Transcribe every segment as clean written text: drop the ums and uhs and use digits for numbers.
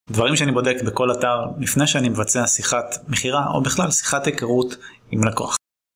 דברים שאני בודק בכל אתר לפני שאני מבצע שיחת מחירה או בכלל שיחת היכרות עם לקוח.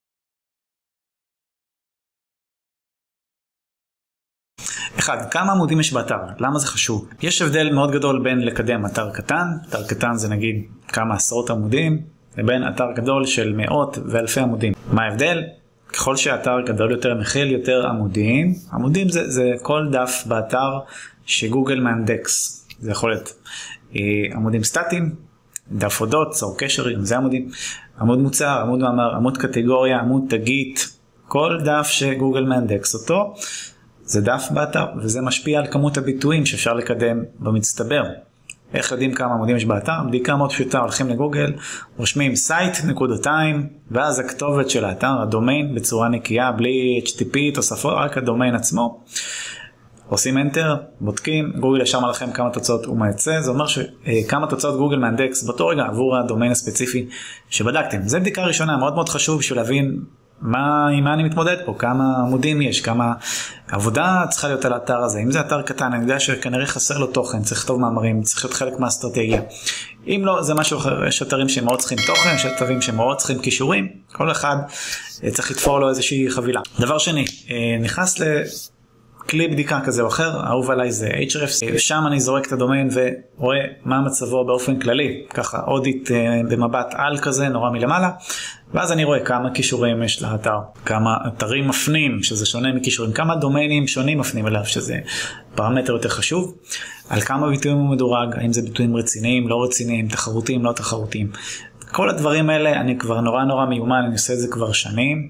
אחד, כמה עמודים יש באתר? למה זה חשוב? יש הבדל מאוד גדול בין לקדם אתר קטן, אתר קטן זה נגיד כמה עשרות עמודים, לבין אתר גדול של מאות ואלפי עמודים. מה ההבדל? ככל שהאתר גדול יותר, מכיל יותר עמודים. עמודים זה כל דף באתר שגוגל מאנדקס. זה יכול להיות עמודים סטטיים, דף הודות, צור קשר, זה עמודים. עמוד מוצר, עמוד מאמר, עמוד קטגוריה, עמוד תגית. כל דף שגוגל מאנדקס אותו, זה דף באתר, וזה משפיע על כמות הביטויים שאפשר לקדם במצטבר. איך יודעים כמה עמודים יש באתר? בדיקה מאוד פשוטה, הולכים לגוגל, רושמים site, ואז הכתובת של האתר, הדומיין, בצורה נקייה, בלי HTTP, תוספות, רק הדומיין עצמו. עושים enter, בודקים, גוגל ישר מראה לכם כמה תוצאות ומה יצא, זה אומר שכמה תוצאות גוגל מאנדקס באותו רגע עבור הדומיין הספציפי שבדקתם. זה בדיקה ראשונה, מאוד מאוד חשוב בשביל להבין עם מה אני מתמודד פה, כמה עמודים יש, כמה עבודה צריכה להיות על האתר הזה. אם זה אתר קטן, אני יודע שכנראה חסר לו תוכן, צריך לכתוב מאמרים, צריך להיות חלק מהאסטרטגיה. אם לא, זה משהו אחר, יש אתרים שמאוד צריכים תוכן, יש אתרים שמאוד צריכים קישורים, כל אחד צריך לתפור לו איזושהי חבילה. דבר שני, נכנס לכלי בדיקה כזה או אחר, אהוב עליי זה Ahrefs, שם אני זורק את הדומיין ורואה מה מצבו באופן כללי, ככה אודיט במבט על כזה, נורא מלמעלה, ואז אני רואה כמה קישורים יש לאתר, כמה אתרים מפנים, שזה שונה מקישורים, כמה דומיינים שונים מפנים אליו, שזה פרמטר יותר חשוב, על כמה ביטויים הוא מדורג, האם זה ביטויים רציניים, לא רציניים, תחרותיים, לא תחרותיים. כל הדברים האלה אני כבר נורא מיומן, אני עושה את זה כבר שנים,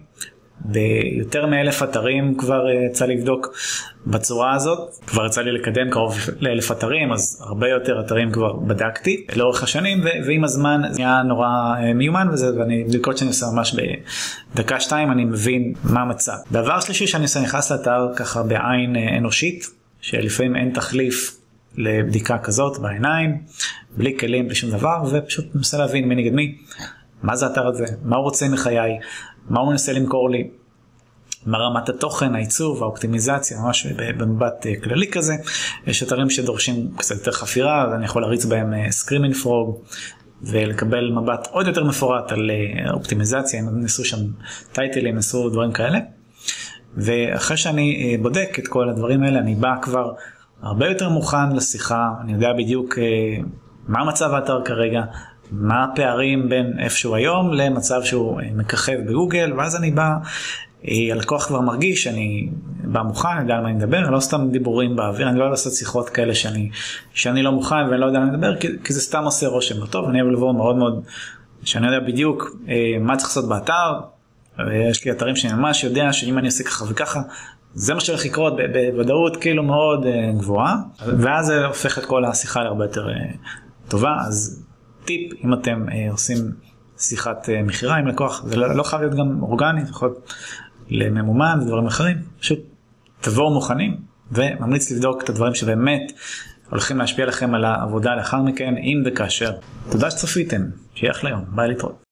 ביותר מ1,000 אתרים כבר יצא לבדוק בצורה הזאת, כבר יצא לי לקדם קרוב ל1,000 אתרים, אז הרבה יותר אתרים כבר בדקתי לאורך השנים, ועם הזמן זה נהיה נורא מיומן וזה, ואני בדיקות שאני עושה ממש בדקה-שתיים, אני מבין מה המצב. דבר שלישי שאני עושה, נכנס לאתר ככה בעין אנושית, שלפעמים אין תחליף לבדיקה כזאת בעיניים, בלי כלים, בלי שום דבר, ופשוט מנסה להבין מי נגד מי, מה זה האתר הזה, מה הוא רוצה מחיי, מה הוא מנסה למכור לי, מה רמת התוכן, העיצוב, האופטימיזציה, ממש במבט כללי כזה. יש אתרים שדורשים קצת יותר חפירה, אז אני יכול להריץ בהם Screaming Frog, ולקבל מבט עוד יותר מפורט על אופטימיזציה, אם נסו שם טייטלים, נסו דברים כאלה. ואחרי שאני בודק את כל הדברים האלה, אני בא כבר הרבה יותר מוכן לשיחה, אני יודע בדיוק מה מצב האתר כרגע, מה הפערים בין איפשהו היום למצב שהוא מככב בגוגל, ואז אני בא, הלקוח כבר מרגיש שאני בא מוכן, אני יודע על מה אני מדבר, לא סתם דיבורים באוויר, אני לא לעשות שיחות כאלה שאני לא מוכן ואני לא יודע על מה אני מדבר, כי זה סתם עושה רושם לא טוב, אני אוהב לבוא מאוד, שאני יודע בדיוק מה צריך לעשות באתר, ויש לי אתרים שאני ממש יודע שאם אני עושה ככה וככה, זה מה שהולך לקרות בוודאות כאילו מאוד גבוהה, ואז זה הופך את כל השיחה להרבה יותר טובה. אז טיפ, אם אתם עושים שיחת מחירה עם לקוח, זה לא חייב להיות גם אורגני, יכול להיות לממומן ודברים אחרים, פשוט תבואו מוכנים, וממליץ לבדוק את הדברים שבאמת הולכים להשפיע לכם על העבודה לאחר מכן, אם וכאשר. תודה שצפיתם, שיהיה אחלה יום, ביי להתראות.